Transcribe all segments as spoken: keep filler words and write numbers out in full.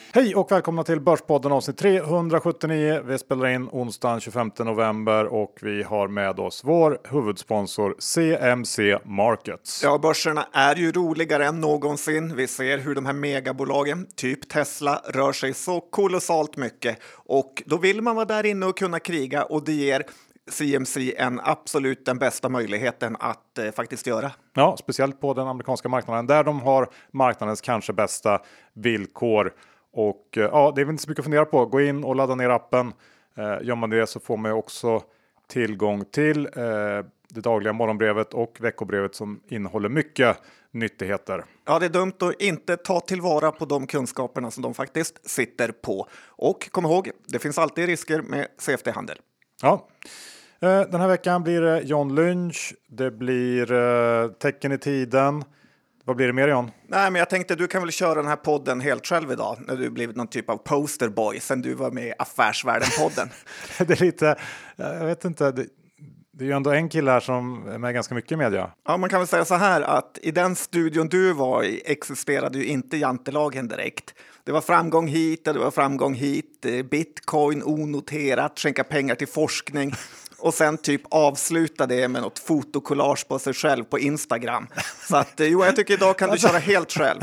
Hej och välkomna till Börspodden avsnitt trehundrasjuttionio. Vi spelar in onsdagen tjugofemte november och vi har med oss vår huvudsponsor C M C Markets. Ja, börserna är ju roligare än någonsin. Vi ser hur de här megabolagen, typ Tesla, rör sig så kolossalt mycket. Och då vill man vara där inne och kunna kriga, och det ger C M C en absolut den bästa möjligheten att eh, faktiskt göra. Ja, speciellt på den amerikanska marknaden där de har marknadens kanske bästa villkor. Och ja, det är väl inte så mycket att fundera på. Gå in och ladda ner appen. Eh, gör man det så får man också tillgång till eh, det dagliga morgonbrevet och veckobrevet som innehåller mycket nyttigheter. Ja, det är dumt att inte ta tillvara på de kunskaperna som de faktiskt sitter på. Och kom ihåg, det finns alltid risker med C F D-handel. Ja, eh, den här veckan blir det John Lynch. Det blir eh, tecken i tiden. Vad blir det mer, John? Nej, men jag tänkte du kan väl köra den här podden helt själv idag när du blivit någon typ av posterboy sen du var med i Affärsvärlden-podden. Det är lite, jag vet inte, det, det är ju ändå en kille här som är med ganska mycket i media. Ja, man kan väl säga så här att i den studion du var i existerade ju inte jantelagen direkt. Det var framgång hit och det var framgång hit, bitcoin onoterat, skänka pengar till forskning. Och sen typ avsluta det med något fotokollage på sig själv på Instagram. Så att jo, jag tycker idag kan du köra helt själv.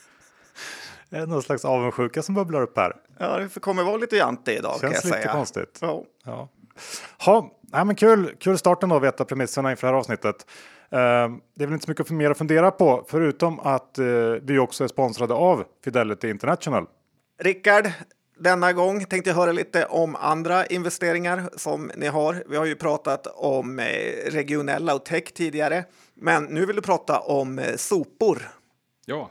Är det någon slags avundsjuka som bubblar upp här? Ja, det kommer vara lite jante idag. Känns kan jag lite säga. konstigt. Ja. Ja. Ha, nej, men kul, kul starten då att veta premisserna inför det här avsnittet. Uh, det är väl inte så mycket mer att fundera på förutom att uh, vi också är sponsrade av Fidelity International. Rickard, denna gång tänkte jag höra lite om andra investeringar som ni har. Vi har ju pratat om regionella och tech tidigare, men nu vill du prata om sopor. Ja,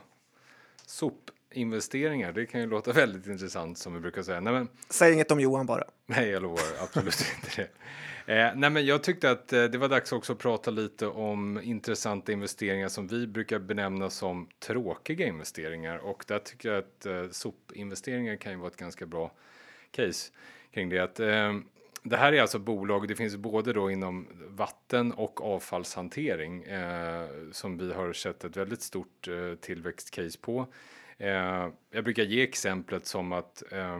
sopinvesteringar, det kan ju låta väldigt intressant som vi brukar säga. Nej, men... Säg inget om Johan bara. Nej, jag lovar absolut inte det. Eh, nej, men jag tyckte att eh, det var dags också att prata lite om intressanta investeringar som vi brukar benämna som tråkiga investeringar. Och där tycker jag att eh, sopinvesteringar kan ju vara ett ganska bra case kring det. Att, eh, det här är alltså bolag, det finns både då inom vatten- och avfallshantering eh, som vi har sett ett väldigt stort eh, tillväxtcase på. Eh, jag brukar ge exemplet som att eh,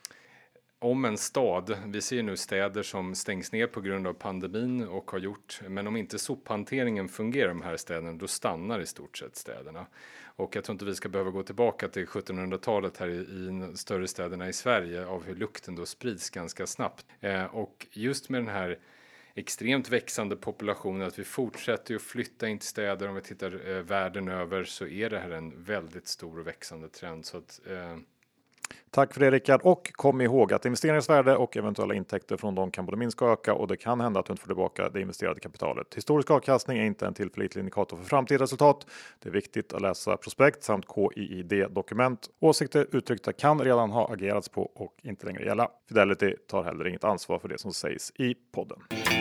om en stad, vi ser nu städer som stängs ner på grund av pandemin och har gjort, men om inte sophanteringen fungerar i de här städerna, då stannar i stort sett städerna. Och jag tror inte vi ska behöva gå tillbaka till sjuttonhundratalet här i, i större städerna i Sverige av hur lukten då sprids ganska snabbt. Eh, och just med den här extremt växande populationen, att vi fortsätter att flytta in till städer, om vi tittar eh, världen över, så är det här en väldigt stor och växande trend. Så att... Eh, Tack för det, Rickard, och kom ihåg att investeringsvärde och eventuella intäkter från dem kan både minska och öka, och det kan hända att du inte får tillbaka det investerade kapitalet. Historisk avkastning är inte en tillförlitlig indikator för framtida resultat. Det är viktigt att läsa prospekt samt K I I D-dokument. Åsikter uttryckta kan redan ha agerats på och inte längre gälla. Fidelity tar heller inget ansvar för det som sägs i podden.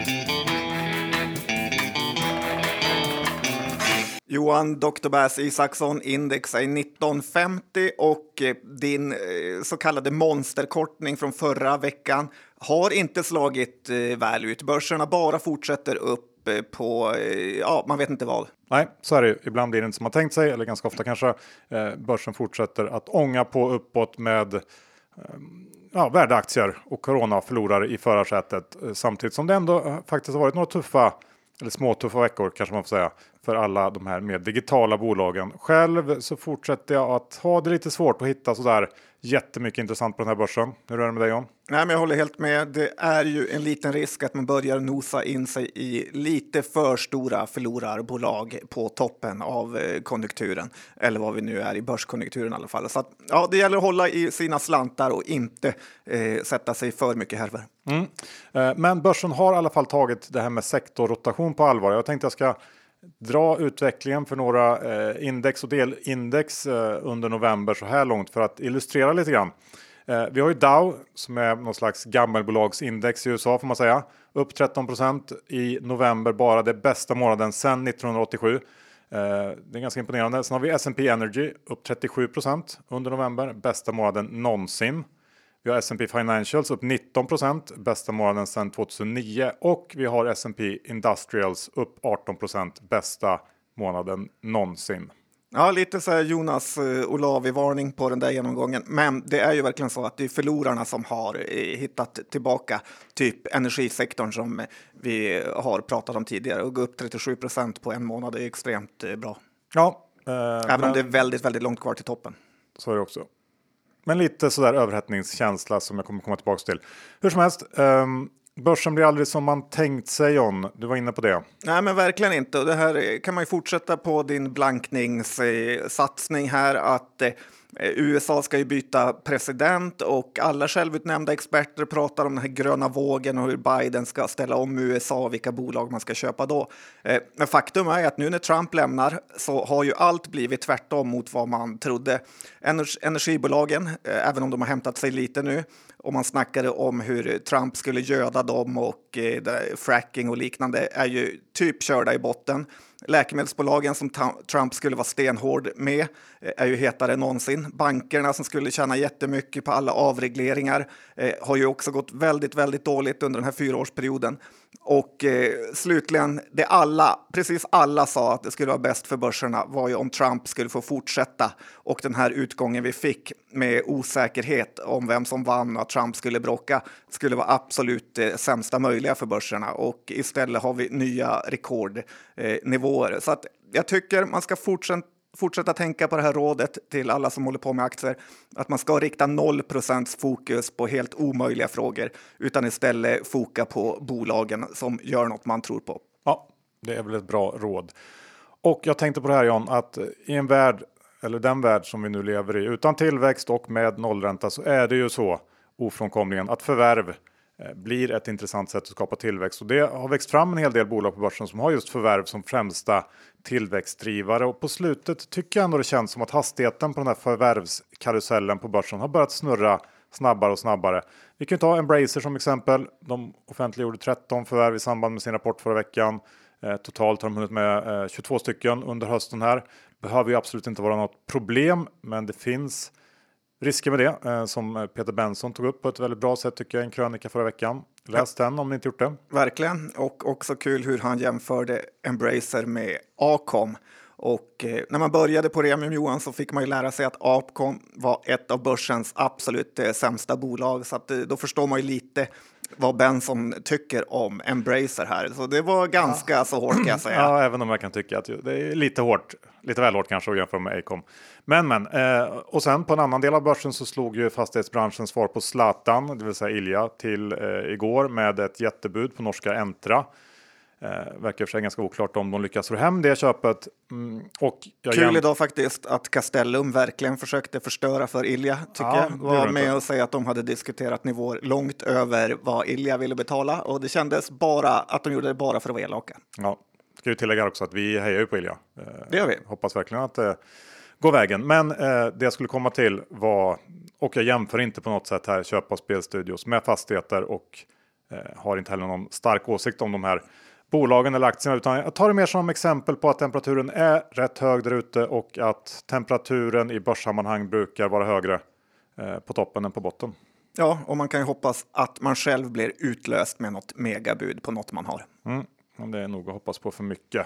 Johan doktor Bass Isaksson, index är nitton femtio och din så kallade monsterkortning från förra veckan har inte slagit väl ut. Börserna bara fortsätter upp på, ja, man vet inte vad. Nej, så är det ju. Ibland blir det inte som man tänkt sig, eller ganska ofta kanske. Börsen fortsätter att ånga på uppåt med ja, värdeaktier, och corona förlorar i förarsätet. Samtidigt som det ändå faktiskt har varit några tuffa, eller små tuffa veckor kanske man får säga, för alla de här mer digitala bolagen. Själv så fortsätter jag att ha det lite svårt att hitta sådär jättemycket intressant på den här börsen. Hur är det med dig, John? Nej, men jag håller helt med. Det är ju en liten risk att man börjar nosa in sig i lite för stora förlorarbolag på toppen av konjunkturen. Eller vad vi nu är i börskonjunkturen i alla fall. Så att, ja, det gäller att hålla i sina slantar och inte eh, sätta sig för mycket härver. Mm. Eh, men börsen har i alla fall tagit det här med sektorrotation på allvar. Jag tänkte jag ska dra utvecklingen för några eh, index och delindex eh, under november så här långt för att illustrera lite grann. Eh, vi har ju Dow som är någon slags gammelbolagsindex i U S A får man säga. Upp tretton procent i november, bara det bästa månaden sedan nittonhundraåttiosju. Eh, det är ganska imponerande. Sen har vi S and P Energy upp trettiosju procent under november, bästa månaden någonsin. Vi har S and P Financials upp nitton procent, bästa månaden sedan tjugohundranio. Och vi har S and P Industrials upp arton procent, bästa månaden någonsin. Ja, lite så här Jonas uh, Olavi-varning på den där genomgången. Men det är ju verkligen så att det är förlorarna som har uh, hittat tillbaka. Typ energisektorn som vi har pratat om tidigare. Och gå upp trettiosju procent på en månad är extremt uh, bra. Ja. Uh, Även men... om det är väldigt, väldigt långt kvar till toppen. Så är det också. Men lite sådär överhettningskänsla som jag kommer komma tillbaka till. Hur som helst, um, börsen blir aldrig som man tänkt sig, John. Du var inne på det. Nej, men verkligen inte. Och det här kan man ju fortsätta på din blankningssatsning här att eh, U S A ska ju byta president och alla självutnämnda experter pratar om den här gröna vågen och hur Biden ska ställa om U S A och vilka bolag man ska köpa då. Eh, men faktum är att nu när Trump lämnar så har ju allt blivit tvärtom mot vad man trodde. Ener- energibolagen, eh, även om de har hämtat sig lite nu, och man snackade om hur Trump skulle göda dem och eh, fracking och liknande är ju typ körda i botten. Läkemedelsbolagen som Trump skulle vara stenhård med är ju hetare än någonsin. Bankerna som skulle tjäna jättemycket på alla avregleringar eh, har ju också gått väldigt, väldigt dåligt under den här fyraårsperioden. Och eh, slutligen, det alla, precis alla sa att det skulle vara bäst för börserna var ju om Trump skulle få fortsätta. Och den här utgången vi fick med osäkerhet om vem som vann och att Trump skulle bråka skulle vara absolut eh, sämsta möjliga för börserna. Och istället har vi nya rekordnivåer. Eh, Så att jag tycker man ska fortsätta Fortsätta tänka på det här rådet till alla som håller på med aktier. Att man ska rikta noll procent fokus på helt omöjliga frågor. Utan istället foka på bolagen som gör något man tror på. Ja, det är väl ett bra råd. Och jag tänkte på det här, John, att i en värld, eller den värld som vi nu lever i, utan tillväxt och med nollränta, så är det ju så ofrånkomligen att förvärv blir ett intressant sätt att skapa tillväxt. Och det har växt fram en hel del bolag på börsen som har just förvärv som främsta tillväxtdrivare. Och på slutet tycker jag ändå det känns som att hastigheten på den här förvärvskarusellen på börsen har börjat snurra snabbare och snabbare. Vi kan ta Embracer som exempel. De offentliggjorde tretton förvärv i samband med sin rapport förra veckan. Eh, totalt har de hunnit med eh, tjugotvå stycken under hösten här. Behöver ju absolut inte vara något problem, men det finns risker med det, eh, som Peter Benson tog upp på ett väldigt bra sätt tycker jag i en krönika förra veckan. Läs den om ni inte gjort det. Verkligen, och också kul hur han jämförde Embracer med Acom. Och eh, när man började på Remium, Johan, så fick man ju lära sig att Acom var ett av börsens absolut eh, sämsta bolag. Så att, eh, då förstår man ju lite vad Benson tycker om Embracer här. Så det var ganska ja. så hårt kan jag säga. Ja, även om jag kan tycka att det är lite hårt. Lite väl hårt kanske att jämföra med Acom. Men, men. Eh, och sen på en annan del av börsen så slog ju fastighetsbranschen svar på Zlatan, det vill säga Ilja, till eh, igår med ett jättebud på norska Entra. Eh, verkar för sig ganska oklart om de lyckas få hem det köpet. Mm, och jag Kul jäm... idag faktiskt att Castellum verkligen försökte förstöra för Ilja, tycker ja, jag. Var med och säga att de hade diskuterat nivåer långt över vad Ilja ville betala. Och det kändes bara att de gjorde det bara för att vara elaka. Ja, ska ju tillägga också att vi hejar ju på Ilja. Eh, det gör vi. Hoppas verkligen att det eh, går vägen. Men eh, det jag skulle komma till var, och jag jämför inte på något sätt här, köpa spelstudios med fastigheter och eh, har inte heller någon stark åsikt om de här bolagen eller aktierna, utan jag tar det mer som exempel på att temperaturen är rätt hög där ute och att temperaturen i börssammanhang brukar vara högre eh, på toppen än på botten. Ja, och man kan ju hoppas att man själv blir utlöst med något megabud på något man har. Mm, men det är nog att hoppas på för mycket.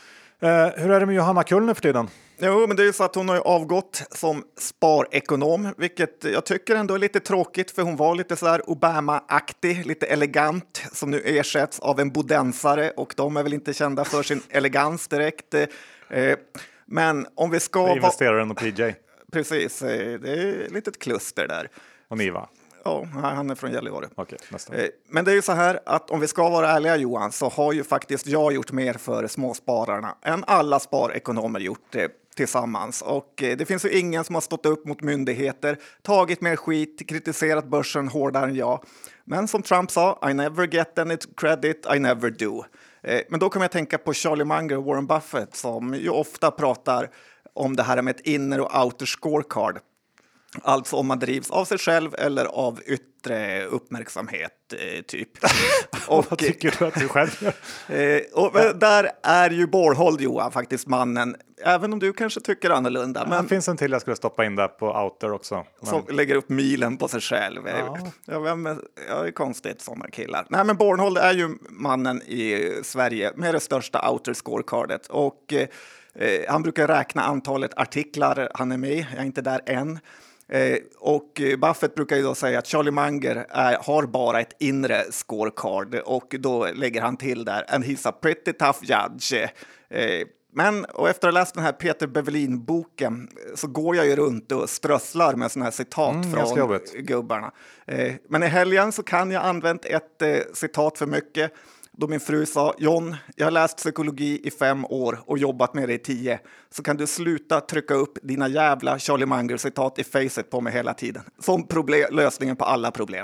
Eh, hur är det med Johanna Kull nu för tiden? Jo, men det är ju så att hon har ju avgått som sparekonom, vilket jag tycker ändå är lite tråkigt, för hon var lite så här Obama-aktig, lite elegant, som nu ersätts av en bodensare, och de är väl inte kända för sin elegans direkt. Eh, men om vi ska... Investeraren och P J. Precis, eh, det är ett litet kluster där. Och Niva. Ja, han är från Gällivare. Okej, nästan. Men det är ju så här att om vi ska vara ärliga, Johan, så har ju faktiskt jag gjort mer för småspararna än alla sparekonomer gjort det tillsammans. Och det finns ju ingen som har stått upp mot myndigheter, tagit mer skit, kritiserat börsen hårdare än jag. Men som Trump sa, I never get any credit, I never do. Men då kommer jag tänka på Charlie Munger och Warren Buffett, som ju ofta pratar om det här med ett inner och outer scorecard. Alltså om man drivs av sig själv eller av yttre uppmärksamhet, eh, typ. Och, vad tycker du att du själv gör? Eh, och ja. Där är ju Borgholm, Johan, faktiskt mannen. Även om du kanske tycker annorlunda. Ja, men det finns en till jag skulle stoppa in där på outer också. Men... Som lägger upp milen på sig själv. Ja, ja, vem är, ja det är konstigt, sådana killar. Nej, men Borgholm är ju mannen i Sverige med det största outer scorecardet. Och... Eh, Eh, han brukar räkna antalet artiklar han är med. Jag är inte där än. Eh, och Buffett brukar ju då säga att Charlie Munger är, har bara ett inre scorecard, och då lägger han till där and he's a pretty tough judge. Eh, men och efter att ha läst den här Peter Bevelin-boken så går jag ju runt och strösslar med såna här citat Mm, från gubbarna. Eh, men i helgen så kan jag använt ett eh, citat för mycket. Då min fru sa, John, jag har läst psykologi i fem år och jobbat med det i tio. Så kan du sluta trycka upp dina jävla Charlie Munger-citat i facet på mig hela tiden. Som problem, lösningen på alla problem.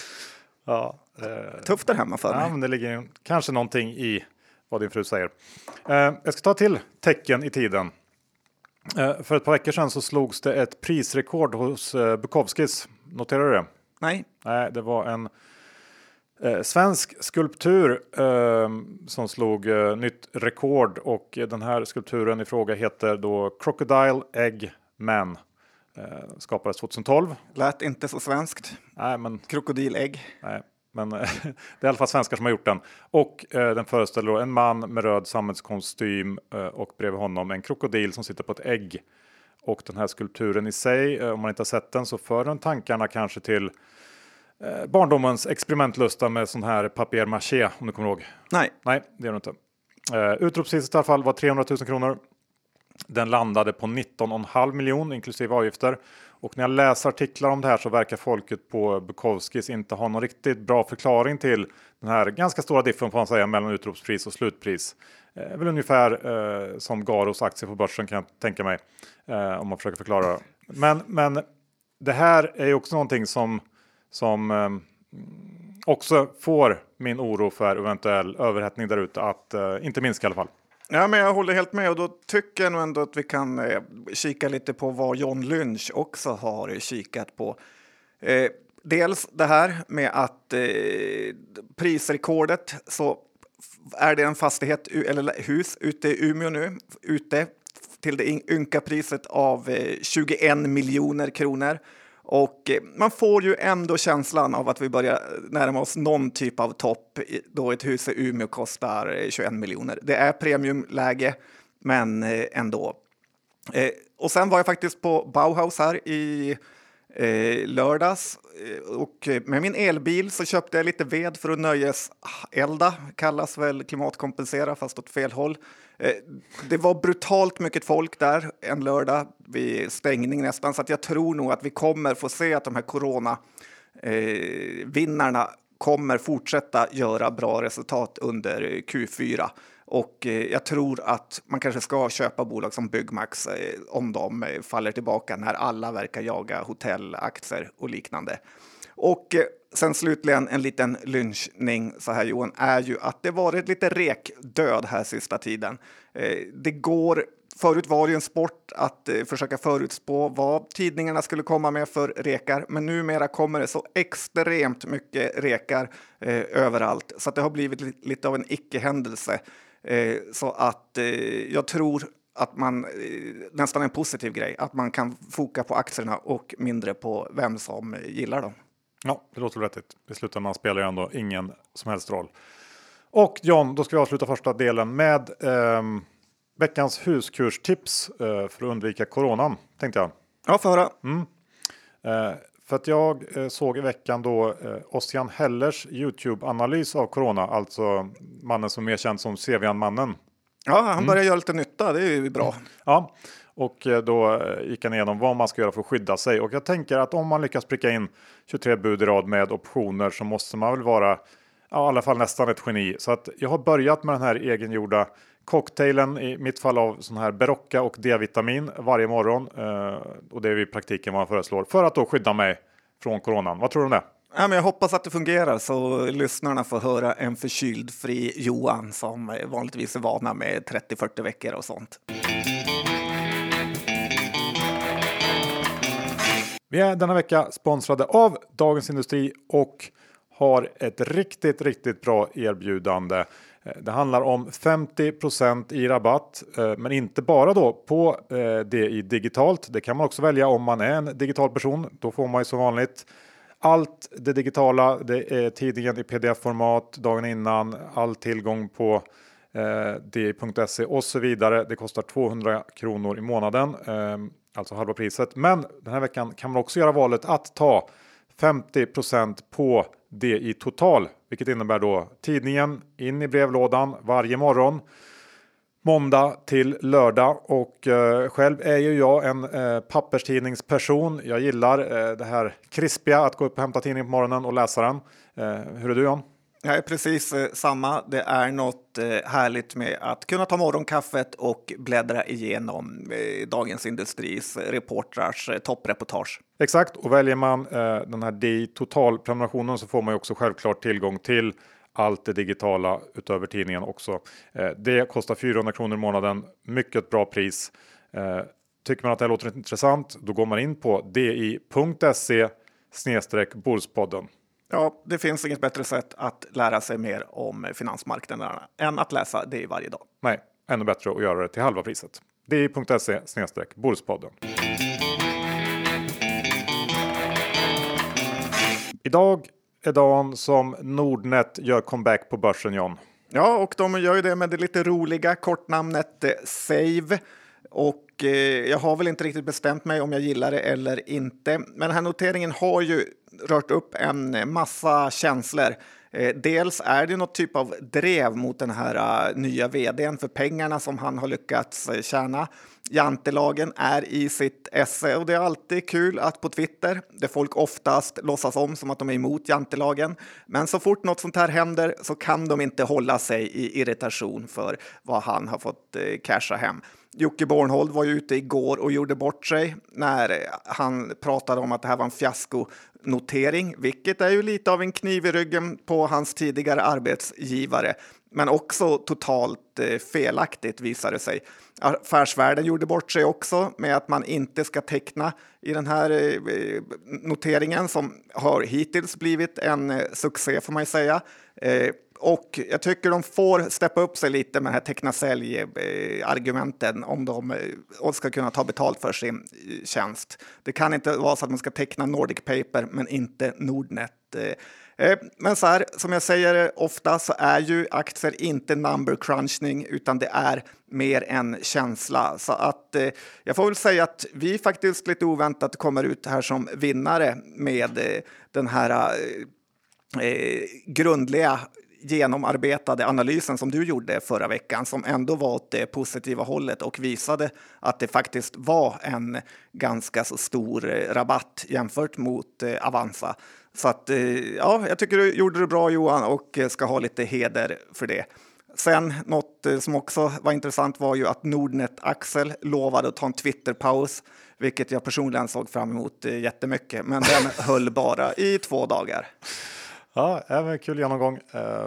Ja, eh, Tufft där hemma för mig. Ja, men det ligger kanske någonting i vad din fru säger. Eh, jag ska ta till tecken i tiden. Eh, för ett par veckor sedan så slogs det ett prisrekord hos eh, Bukowskis. Noterar du det? Nej. Nej, det var en Eh, svensk skulptur eh, som slog eh, nytt rekord, och eh, den här skulpturen i fråga heter då Crocodile Egg Man. Eh, skapades tjugohundratolv. Lät inte så svenskt. Nej, men, Krokodilägg. nej, men det är i alla fall svenskar som har gjort den. Och eh, den föreställer då en man med röd sammetskostym eh, och bredvid honom en krokodil som sitter på ett ägg. Och den här skulpturen i sig, eh, om man inte har sett den, så för den tankarna kanske till Eh, barndomens experimentlusta med sån här papier-maché, om du kommer ihåg. Nej. Nej, det gör du inte. Eh, utropspriset i alla fall var trehundratusen kronor. Den landade på nitton komma fem miljoner inklusive avgifter. Och när jag läser artiklar om det här så verkar folket på Bukowskis inte ha någon riktigt bra förklaring till den här ganska stora differensen, får man säga, mellan utropspris och slutpris. Eh, väl ungefär eh, som Garos aktier på börsen, kan jag tänka mig. Eh, om man försöker förklara. Men, men det här är ju också någonting som som eh, också får min oro för eventuell överhettning där ute att eh, inte minska i alla fall. Ja, men jag håller helt med, och då tycker jag nog ändå att vi kan eh, kika lite på vad John Lynch också har kikat på. Eh, dels det här med att eh, prisrekordet, så är det en fastighet eller hus ute i Umeå nu, ute till det ynka priset av eh, tjugoen miljoner kronor. Och man får ju ändå känslan av att vi börjar närma oss någon typ av topp då ett hus i Umeå kostar tjugoen miljoner. Det är premiumläge, men ändå. Och sen var jag faktiskt på Bauhaus här i lördags. Och med min elbil så köpte jag lite ved för att nöjeselda. Kallas väl klimatkompensera, fast åt fel håll. Det var brutalt mycket folk där en lördag vid stängning nästan, så att jag tror nog att vi kommer få se att de här corona-vinnarna kommer fortsätta göra bra resultat under Q fyra. Och jag tror att man kanske ska köpa bolag som Byggmax om de faller tillbaka när alla verkar jaga hotellaktier och liknande. Och sen slutligen en liten lynchning så här, Johan, är ju att det varit lite rekdöd här sista tiden. Det går, förut var det en sport att försöka förutspå vad tidningarna skulle komma med för rekar, men numera kommer det så extremt mycket rekar eh, överallt, så att det har blivit lite av en icke-händelse. Eh, så att eh, jag tror att man, eh, nästan en positiv grej, att man kan foka på aktierna och mindre på vem som gillar dem. Ja, det låter rätt. I slutändan spelar ju ändå ingen som helst roll. Och John, då ska vi avsluta första delen med eh, veckans huskurstips eh, för att undvika coronan, tänkte jag. Ja, för höra. Mm. Eh, för att jag eh, såg i veckan då eh, Ossian Hellers YouTube-analys av corona, alltså mannen som är mer känd som Sevian-mannen. Ja, han börjar mm. göra lite nytta, det är ju bra. Ja, och då gick han igenom vad man ska göra för att skydda sig. Och jag tänker att om man lyckas pricka in tjugotre bud i rad med optioner så måste man väl vara, ja, i alla fall nästan ett geni. Så att jag har börjat med den här egengjorda cocktailen, i mitt fall av sån här Berocca och D-vitamin varje morgon. Och det är i praktiken vad man föreslår för att då skydda mig från coronan. Vad tror du om det? Ja, men jag hoppas att det fungerar så lyssnarna får höra en förkyld fri Johan som vanligtvis är vana med trettio till fyrtio veckor och sånt. Vi är denna vecka sponsrade av Dagens Industri och har ett riktigt, riktigt bra erbjudande. Det handlar om femtio procent i rabatt, men inte bara då på det i digitalt. Det kan man också välja om man är en digital person. Då får man ju som vanligt allt det digitala. Det är tidningen i pdf-format dagen innan. All tillgång på eh, D I punkt se och så vidare. Det kostar tvåhundra kronor i månaden, eh, alltså halva priset. Men den här veckan kan man också göra valet att ta femtio procent på D I Total, vilket innebär då tidningen in i brevlådan varje morgon. Måndag till lördag och eh, själv är ju jag en eh, papperstidningsperson. Jag gillar eh, det här krispiga att gå upp och hämta tidningen på morgonen och läsa den. Eh, hur är du, John? Jag är precis eh, samma. Det är något eh, härligt med att kunna ta morgonkaffet och bläddra igenom eh, Dagens Industris eh, reportrars eh, toppreportage. Exakt, och väljer man eh, den här D I Total-prenumerationen så får man ju också självklart tillgång till allt det digitala utöver tidningen också. Eh, det kostar fyrahundra kronor i månaden. Mycket bra pris. Eh, tycker man att det här låter intressant, då går man in på d i punkt se snedstreck Börspodden. Ja, det finns inget bättre sätt att lära sig mer om finansmarknaderna än att läsa det varje dag. Nej, ännu bättre att göra det till halva priset. d i punkt se snedstreck Börspodden. Idag är dagen som Nordnet gör comeback på börsen, John. Ja, och de gör ju det med det lite roliga kortnamnet eh, Save. Och eh, jag har väl inte riktigt bestämt mig om jag gillar det eller inte. Men den här noteringen har ju rört upp en massa känslor. Eh, dels är det något typ av drev mot den här uh, nya vdn för pengarna som han har lyckats uh, tjäna. Jantelagen är i sitt esse och det är alltid kul att på Twitter, där folk oftast låtsas om som att de är emot jantelagen. Men så fort något sånt här händer så kan de inte hålla sig i irritation för vad han har fått uh, casha hem. Jocke Bornhold var ju ute igår och gjorde bort sig när han pratade om att det här var en fiaskonotering, vilket är ju lite av en kniv i ryggen på hans tidigare arbetsgivare, men också totalt eh, felaktigt visar det sig. Affärsvärlden gjorde bort sig också med att man inte ska teckna i den här eh, noteringen som har hittills blivit en eh, succé får man ju säga. Eh, Och jag tycker de får steppa upp sig lite med den här teckna-sälj-argumenten om de ska kunna ta betalt för sin tjänst. Det kan inte vara så att man ska teckna Nordic Paper men inte Nordnet. Men så här, som jag säger ofta så är ju aktier inte number crunching utan det är mer en känsla. Så att jag får väl säga att vi faktiskt lite oväntat kommer ut här som vinnare med den här eh, grundliga genomarbetade analysen som du gjorde förra veckan som ändå var åt det positiva hållet och visade att det faktiskt var en ganska så stor rabatt jämfört mot Avanza. Så att ja, jag tycker du gjorde det bra Johan och ska ha lite heder för det. Sen något som också var intressant var ju att Nordnet Axel lovade att ta en Twitter-paus, vilket jag personligen såg fram emot jättemycket, men den höll bara i två dagar. Ja, även kul genomgång.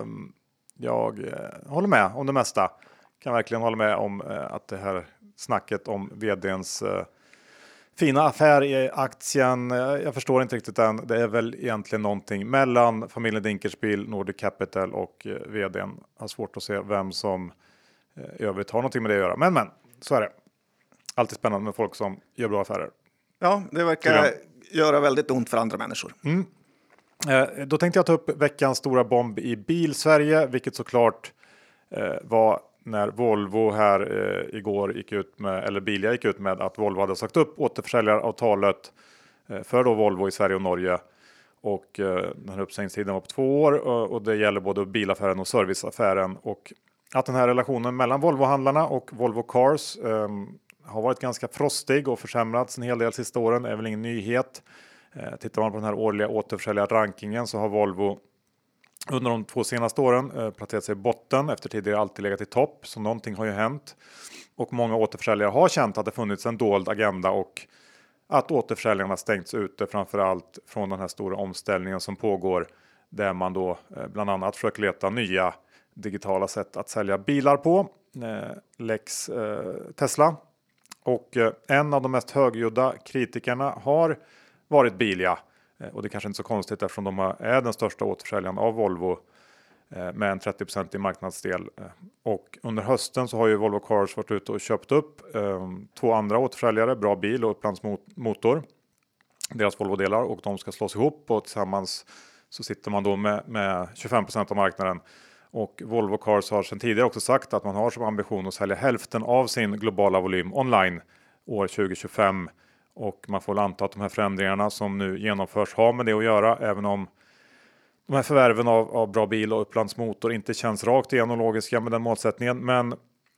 Jag håller med om det mesta. Kan verkligen hålla med om att det här snacket om vdns fina affär i aktien. Jag förstår inte riktigt än. Det är väl egentligen någonting mellan familjen Dinkelspiel, Nordic Capital och vdn. Har svårt att se vem som i övrigt har någonting med det att göra. Men men, så är det. Alltid spännande med folk som gör bra affärer. Ja, det verkar göra väldigt ont för andra människor. Mm. Eh, då tänkte jag ta upp veckans stora bomb i Bil-Sverige, vilket såklart eh, var när Volvo här eh, igår gick ut med, eller Bilia gick ut med att Volvo hade sagt upp återförsäljaravtalet eh, för då Volvo i Sverige och Norge. Och eh, den här uppsägningstiden var på två år och, och det gäller både bilaffären och serviceaffären. Och att den här relationen mellan Volvo-handlarna och Volvo Cars eh, har varit ganska frostig och försämrats en hel del sista åren är väl ingen nyhet. Eh, tittar man på den här årliga återförsäljarrankingen så har Volvo under de två senaste åren eh, placerat sig i botten efter tidigare alltid legat i topp. Så någonting har ju hänt. Och många återförsäljare har känt att det funnits en dold agenda och att återförsäljarna stängts ute framförallt från den här stora omställningen som pågår. Där man då eh, bland annat försöker leta nya digitala sätt att sälja bilar på. Eh, Lex eh, Tesla. Och eh, en av de mest högljudda kritikerna har varit Bilia. Och det är kanske inte så konstigt eftersom de är den största återförsäljaren av Volvo med en trettio procent i marknadsdel. Och under hösten så har ju Volvo Cars varit ute och köpt upp eh, två andra återförsäljare, Bra Bil och Upplands Motor, deras Volvo-delar, och de ska slås ihop och tillsammans så sitter man då med, med tjugofem procent av marknaden. Och Volvo Cars har sedan tidigare också sagt att man har som ambition att sälja hälften av sin globala volym online år tjugo tjugofem. Och man får anta att de här förändringarna som nu genomförs har med det att göra, även om de här förvärven av, av Bra Bil och Upplands Motor inte känns rakt igenom logiska med den målsättningen. Men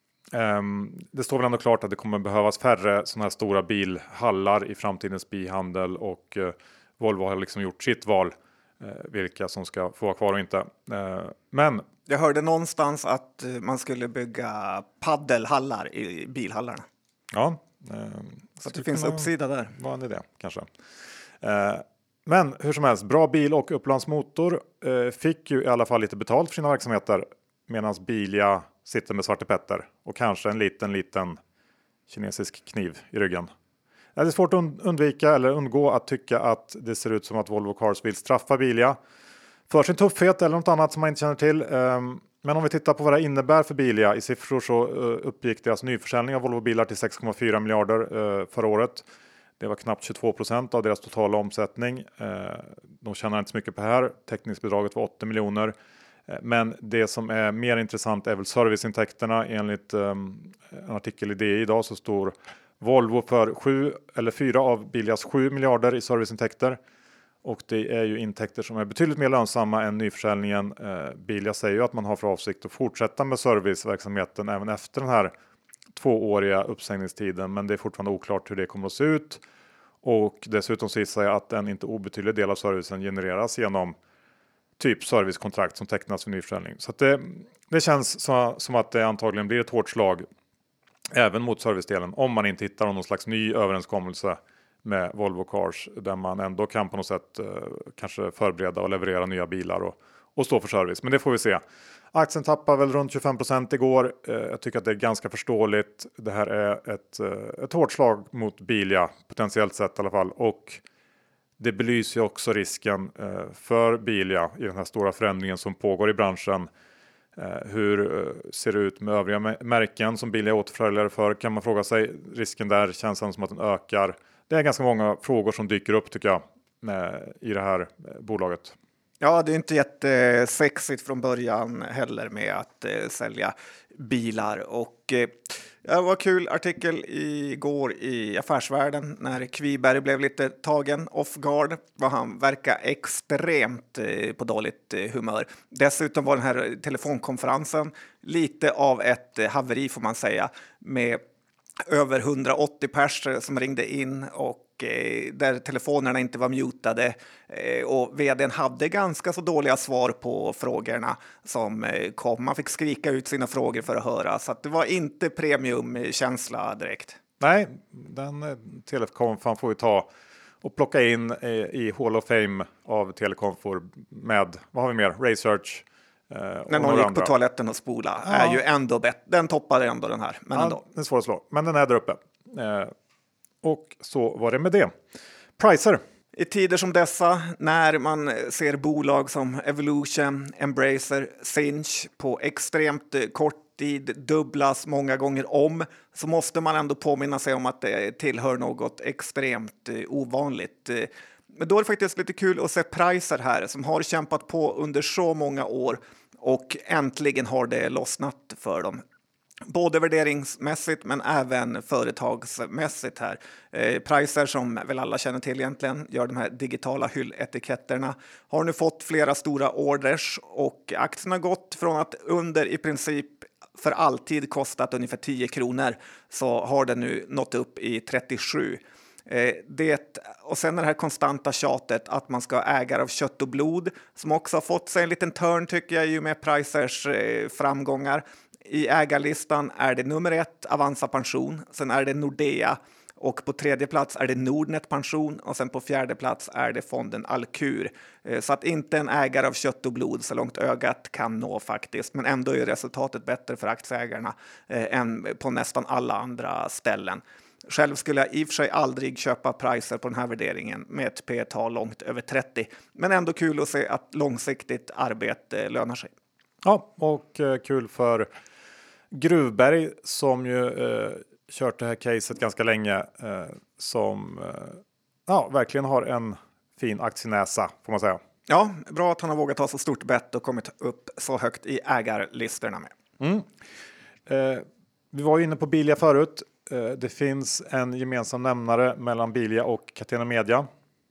um, det står väl ändå klart att det kommer behövas färre sådana här stora bilhallar i framtidens bihandel. Och uh, Volvo har liksom gjort sitt val, uh, vilka som ska få vara kvar och inte. Uh, men jag hörde någonstans att man skulle bygga paddelhallar i bilhallarna. Ja. Uh, så att det finns uppsida där. Vad är det kanske? Uh, Men hur som helst, Bra Bil och Upplands Motor eh, fick ju i alla fall lite betalt för sina verksamheter, medan Bilia sitter med Svarte Petter och kanske en liten, liten kinesisk kniv i ryggen. Det är svårt att undvika eller undgå att tycka att det ser ut som att Volvo Cars vill straffa Bilia för sin tuffhet eller något annat som man inte känner till. Men om vi tittar på vad det innebär för Bilia i siffror, så uppgick deras nyförsäljning av Volvo-bilar till sex komma fyra miljarder förra året. Det var knappt tjugotvå procent av deras totala omsättning. De tjänar inte så mycket på det här. Täckningsbidraget var åttio miljoner. Men det som är mer intressant är väl serviceintäkterna. Enligt en artikel i D I idag så står Volvo för sju eller fyra av Bilias sju miljarder i serviceintäkter. Och det är ju intäkter som är betydligt mer lönsamma än nyförsäljningen. Bilia säger ju att man har för avsikt att fortsätta med serviceverksamheten även efter den här tvååriga uppsägningstiden, men det är fortfarande oklart hur det kommer att se ut. Och dessutom så gissar jag att en inte obetydlig del av servicen genereras genom typ servicekontrakt som tecknas för nyförsäljning. Så att det, det känns så, som att det antagligen blir ett hårt slag även mot servicedelen, om man inte hittar någon slags ny överenskommelse med Volvo Cars där man ändå kan på något sätt eh, kanske förbereda och leverera nya bilar och, och stå för service. Men det får vi se. Aktien tappar väl runt tjugofem procent igår. Jag tycker att det är ganska förståeligt. Det här är ett, ett hårt slag mot Bilia, potentiellt sett i alla fall. Och det belyser ju också risken för Bilia i den här stora förändringen som pågår i branschen. Hur ser det ut med övriga märken som Bilia är återförsäljare för? Kan man fråga sig. Risken där känns som att den ökar. Det är ganska många frågor som dyker upp tycker jag i det här bolaget. Ja, det är inte jättesexigt från början heller med att eh, sälja bilar. Och eh, det var kul artikel igår i Affärsvärlden när Kviberg blev lite tagen off guard. Vad han verkar extremt eh, på dåligt eh, humör. Dessutom var den här telefonkonferensen lite av ett eh, haveri får man säga, med över hundraåttio personer som ringde in och där telefonerna inte var mutade och vdn hade ganska så dåliga svar på frågorna som kom. Man fick skrika ut sina frågor för att höra, så att det var inte premiumkänsla direkt. Nej, den telekonfan får vi ta och plocka in i Hall of Fame av telekonfor med, vad har vi mer? Research. När någon gick andra. På toaletten och spola ja. Är ju ändå bättre. Den toppar ändå den här. Men ja, ändå. Den är svår att slå. Men den är där uppe. Eh, och så var det med det. Pricer. I tider som dessa, när man ser bolag som Evolution, Embracer, Sinch på extremt kort tid dubblas många gånger om, så måste man ändå påminna sig om att det tillhör något extremt ovanligt. Men då är det faktiskt lite kul att se Pricer här som har kämpat på under så många år och äntligen har det lossnat för dem. Både värderingsmässigt men även företagsmässigt här. Eh, Pricer som väl alla känner till egentligen gör de här digitala hylletiketterna. Har nu fått flera stora orders och aktien har gått från att under i princip för alltid kostat ungefär tio kronor så har den nu nått upp i trettiosju. Eh, det, och sen det här konstanta tjatet att man ska ha ägare av kött och blod som också har fått sig en liten turn tycker jag ju med Pricers eh, framgångar. I ägarlistan är det nummer ett Avanza Pension, sen är det Nordea och på tredje plats är det Nordnet Pension och sen på fjärde plats är det fonden Alkur. Så att inte en ägare av kött och blod så långt ögat kan nå faktiskt, men ändå är resultatet bättre för aktieägarna eh, än på nästan alla andra ställen. Själv skulle jag i och för sig aldrig köpa Pricer på den här värderingen med ett P tal långt över trettio, men ändå kul att se att långsiktigt arbete lönar sig. Ja, och eh, kul för Gruvberg som ju eh, kört det här caset ganska länge eh, som eh, ja, verkligen har en fin aktienäsa får man säga. Ja, bra att han har vågat ta så stort bett och kommit upp så högt i ägarlistorna med. Mm. Eh, vi var ju inne på Bilia förut. Eh, det finns en gemensam nämnare mellan Bilia och Catena Media.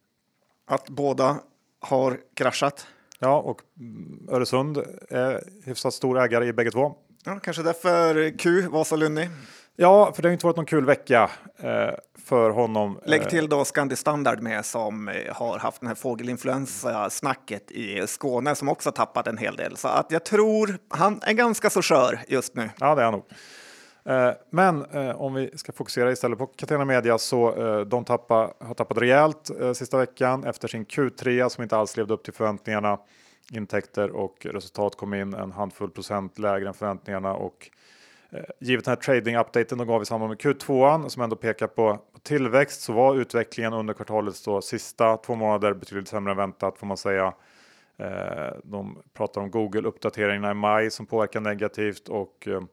Att båda har kraschat. Ja, och Öresund är hyfsat stor ägare i bägge två. Ja, kanske därför Q var så lunnig. Ja, för det har inte varit någon kul vecka eh, för honom. Lägg till då Scandi Standard med som eh, har haft den här fågelinfluensa-snacket i Skåne som också tappat en hel del. Så att jag tror han är ganska så skör just nu. Ja, det är han nog. Eh, men eh, om vi ska fokusera istället på Catena Media så eh, de tappa, har tappat rejält eh, sista veckan efter sin Q tre som inte alls levde upp till förväntningarna. Intäkter och resultat kom in en handfull procent lägre än förväntningarna och eh, givet den här trading-updaten de gav i samband med Q två som ändå pekar på, på tillväxt så var utvecklingen under kvartalets då, sista två månader betydligt sämre än väntat får man säga. Eh, de pratar om Google-uppdateringarna i maj som påverkar negativt och eh,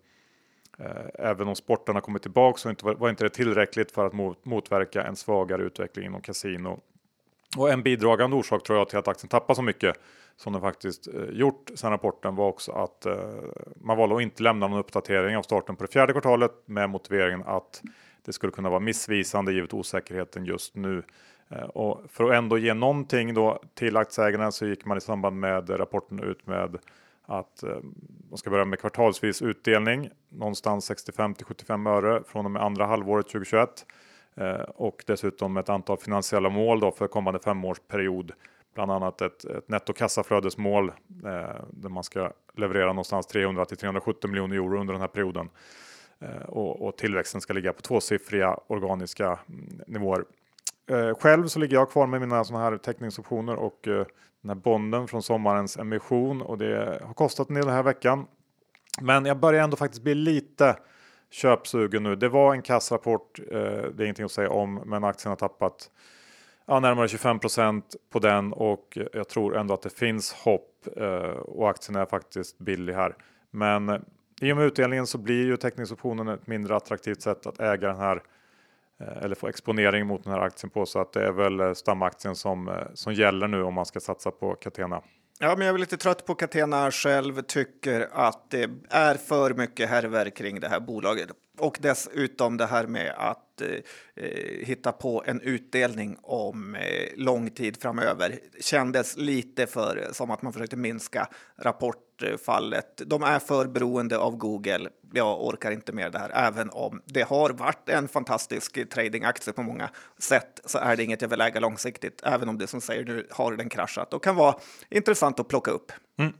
även om sporten har kommit tillbaka så inte, var inte det tillräckligt för att mot, motverka en svagare utveckling inom kasino. Och en bidragande orsak tror jag till att aktien tappar så mycket som den faktiskt eh, gjort sen rapporten var också att eh, man valde att inte lämna någon uppdatering av starten på det fjärde kvartalet med motiveringen att det skulle kunna vara missvisande givet osäkerheten just nu. Eh, och för att ändå ge någonting då till aktieägarna så gick man i samband med rapporten ut med att eh, man ska börja med kvartalsvis utdelning någonstans sextiofem till sjuttiofem öre från och med andra halvåret tjugohundratjugoett eh, och dessutom ett antal finansiella mål då för kommande femårsperiod. Bland annat ett, ett nettokassaflödesmål eh, där man ska leverera någonstans trehundra till trehundrasjuttio miljoner euro under den här perioden. Eh, och, och tillväxten ska ligga på tvåsiffriga organiska mm, nivåer. Eh, själv så ligger jag kvar med mina såna här teckningsoptioner och eh, den här bonden från sommarens emission. Och det har kostat en del den här veckan. Men jag börjar ändå faktiskt bli lite köpsugen nu. Det var en kassrapport, eh, det är ingenting att säga om. Men aktien har tappat ja, närmare tjugofem procent på den och jag tror ändå att det finns hopp eh, och aktien är faktiskt billig här. Men eh, i och med utdelningen så blir ju teckningsoptionen ett mindre attraktivt sätt att äga den här eh, eller få exponering mot den här aktien på så att det är väl stamaktien som, eh, som gäller nu om man ska satsa på Catena. Ja, men jag är lite trött på Catena själv, tycker att det är för mycket härver kring det här bolaget. Och dessutom det här med att eh, hitta på en utdelning om eh, lång tid framöver kändes lite för som att man försökte minska rapportfallet. De är för beroende av Google. Jag orkar inte mer det här. Även om det har varit en fantastisk tradingaktie på många sätt så är det inget jag vill äga långsiktigt. Även om det som säger nu har den kraschat och kan vara intressant att plocka upp. Mm.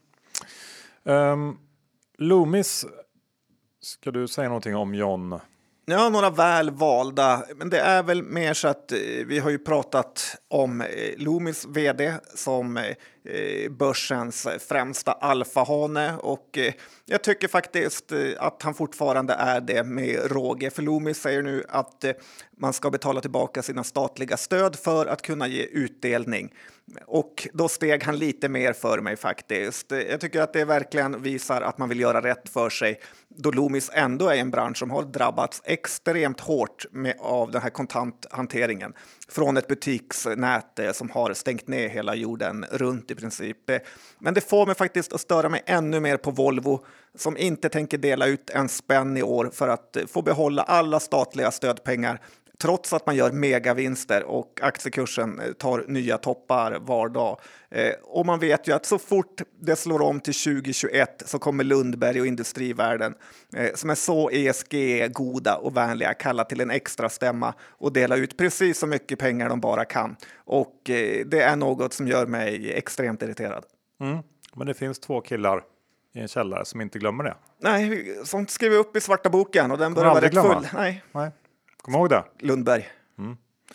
Um, Loomis. Ska du säga någonting om John? Ja, några väl valda, men det är väl mer så att eh, vi har ju pratat om eh, Loomis vd som eh, börsens främsta alfahane och eh, jag tycker faktiskt eh, att han fortfarande är det med råge. För Loomis säger nu att eh, man ska betala tillbaka sina statliga stöd för att kunna ge utdelning. Och då steg han lite mer för mig faktiskt. Jag tycker att det verkligen visar att man vill göra rätt för sig. Då Loomis ändå är en bransch som har drabbats extremt hårt med, av den här kontanthanteringen. Från ett butiksnät som har stängt ner hela jorden runt i princip. Men det får mig faktiskt att störa mig ännu mer på Volvo som inte tänker dela ut en spänn i år för att få behålla alla statliga stödpengar. Trots att man gör megavinster och aktiekursen tar nya toppar var dag. Eh, och man vet ju att så fort det slår om till tjugohundratjugoett så kommer Lundberg och industrivärden eh, som är så E S G-goda och vänliga kalla till en extra stämma och dela ut precis så mycket pengar de bara kan. Och eh, det är något som gör mig extremt irriterad. Mm. Men det finns två killar i en källare som inte glömmer det. Nej, sånt skriver jag upp i svarta boken och den börjar vara rätt glömma. full. Nej. Nej. Kom ihåg det. Lundberg. Mm.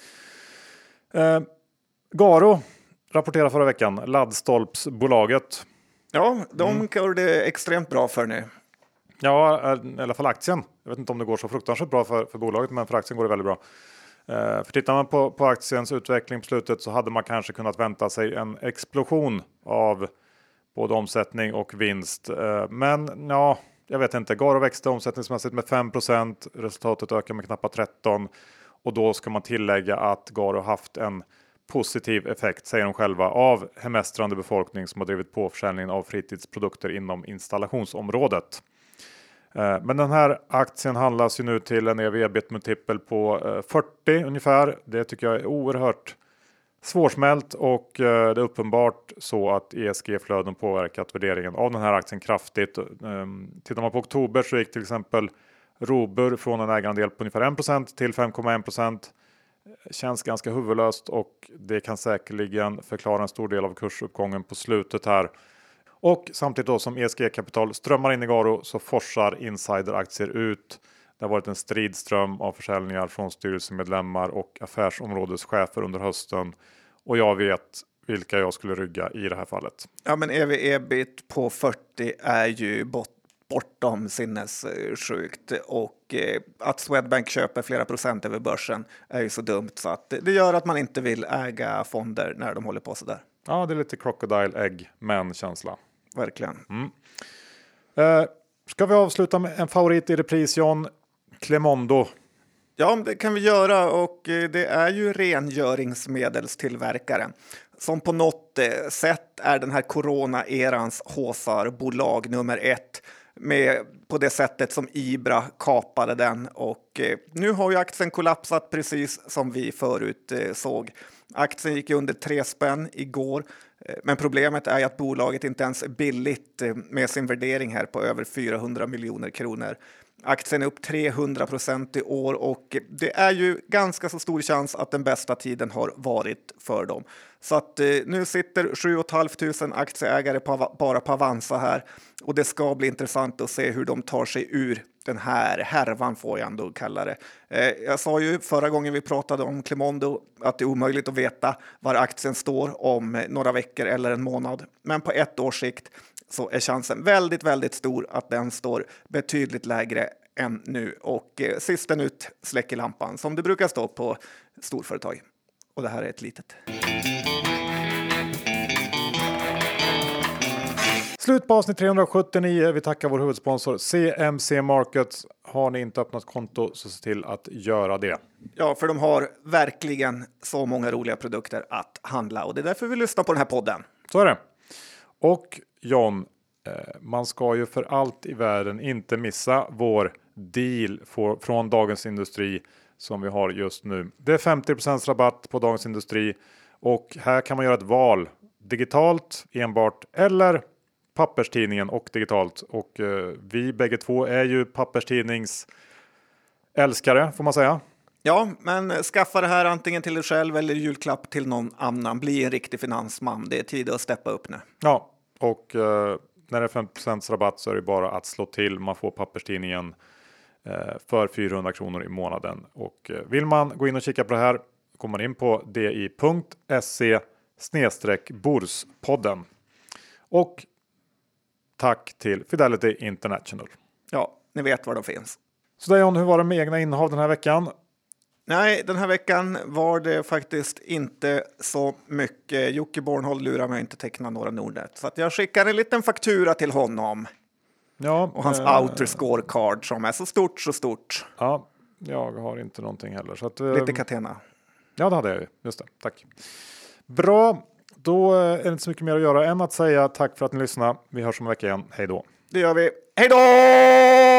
Eh, Garo rapporterade förra veckan, laddstolpsbolaget. Ja, de Mm. går det extremt bra för nu. Ja, i alla fall aktien. Jag vet inte om det går så fruktansvärt bra för, för bolaget, men för aktien går det väldigt bra. Eh, för tittar man på, på aktiens utveckling på slutet så hade man kanske kunnat vänta sig en explosion av både omsättning och vinst. Eh, men ja, jag vet inte. Garo växte omsättningsmässigt med fem procent. Resultatet ökar med knappt tretton. Och då ska man tillägga att Garo haft en positiv effekt, säger de själva, av hemestrande befolkning som har drivit på försäljningen av fritidsprodukter inom installationsområdet. Men den här aktien handlas ju nu till en E V-ebit-multipel på fyrtio ungefär. Det tycker jag är oerhört svårsmält, och det är uppenbart så att E S G-flöden påverkat värderingen av den här aktien kraftigt. Tittar man på oktober så gick till exempel Robur från en ägarandel på ungefär en procent till fem komma en procent. Känns ganska huvudlöst, och det kan säkerligen förklara en stor del av kursuppgången på slutet här. Och samtidigt då som E S G-kapital strömmar in i Garo så forsar insideraktier ut. Det har varit en stridström av försäljningar från styrelsemedlemmar och affärsområdeschefer under hösten. Och jag vet vilka jag skulle rygga i det här fallet. Ja, men E V-ebit på fyrtio är ju bot bortom sinnessjukt, och eh, att Swedbank köper flera procent över börsen är ju så dumt så att det, det gör att man inte vill äga fonder när de håller på så där. Ja, det är lite crocodile egg men känsla. Verkligen. Mm. Eh, ska vi avsluta med en favorit i repris, John? Clemondo. Ja, det kan vi göra, och det är ju rengöringsmedelstillverkaren som på något sätt är den här corona-erans håsarbolag nummer ett, med på det sättet som Ibra kapade den, och nu har ju aktien kollapsat precis som vi förut såg. Aktien gick under tre spänn igår, men problemet är att bolaget inte ens är billigt med sin värdering här på över fyrahundra miljoner kronor. Aktien är upp trehundra procent i år, och det är ju ganska så stor chans att den bästa tiden har varit för dem. Så att eh, nu sitter sju och ett halvt tusen aktieägare på, bara på Avanza här, och det ska bli intressant att se hur de tar sig ur den här härvan, får jag ändå kalla det. Eh, jag sa ju förra gången vi pratade om Clemondo att det är omöjligt att veta var aktien står om några veckor eller en månad, men på ett års sikt så är chansen väldigt, väldigt stor att den står betydligt lägre än nu. Och eh, sisten ut släcker lampan, som det brukar stå på storföretag. Och det här är ett litet. Slut på avsnitt trehundrasjuttionio. Vi tackar vår huvudsponsor C M C Markets. Har ni inte öppnat konto så se till att göra det. Ja, för de har verkligen så många roliga produkter att handla, och det är därför vi lyssnar på den här podden. Så är det. Och John, man ska ju för allt i världen inte missa vår deal för, från Dagens Industri som vi har just nu. Det är femtio procent rabatt på Dagens Industri, och här kan man göra ett val digitalt enbart eller papperstidningen och digitalt. Och eh, vi bägge två är ju papperstidnings älskare, får man säga. Ja, men skaffa det här antingen till dig själv eller julklapp till någon annan. Bli en riktig finansman. Det är tid att steppa upp nu. Ja, och eh, när det är femtio procent rabatt så är det bara att slå till. Man får papperstidningen eh, för fyrahundra kronor i månaden. Och eh, vill man gå in och kika på det här, kommer man in på di punkt se slash borspodden. Och tack till Fidelity International. Ja, ni vet var de finns. Så där, John, hur var det med egna innehav den här veckan? Nej, den här veckan var det faktiskt inte så mycket. Jocke Bornholm lurar mig inte teckna några Nordnet. Så att jag skickar en liten faktura till honom. Ja, och hans eh, outer scorecard som är så stort, så stort. Ja, jag har inte någonting heller. Så att, eh, lite Catena. Ja, det hade jag ju. Just det, tack. Bra, då är det inte så mycket mer att göra än att säga tack för att ni lyssnade. Vi hörs om en vecka igen. Hej då. Det gör vi. Hej då!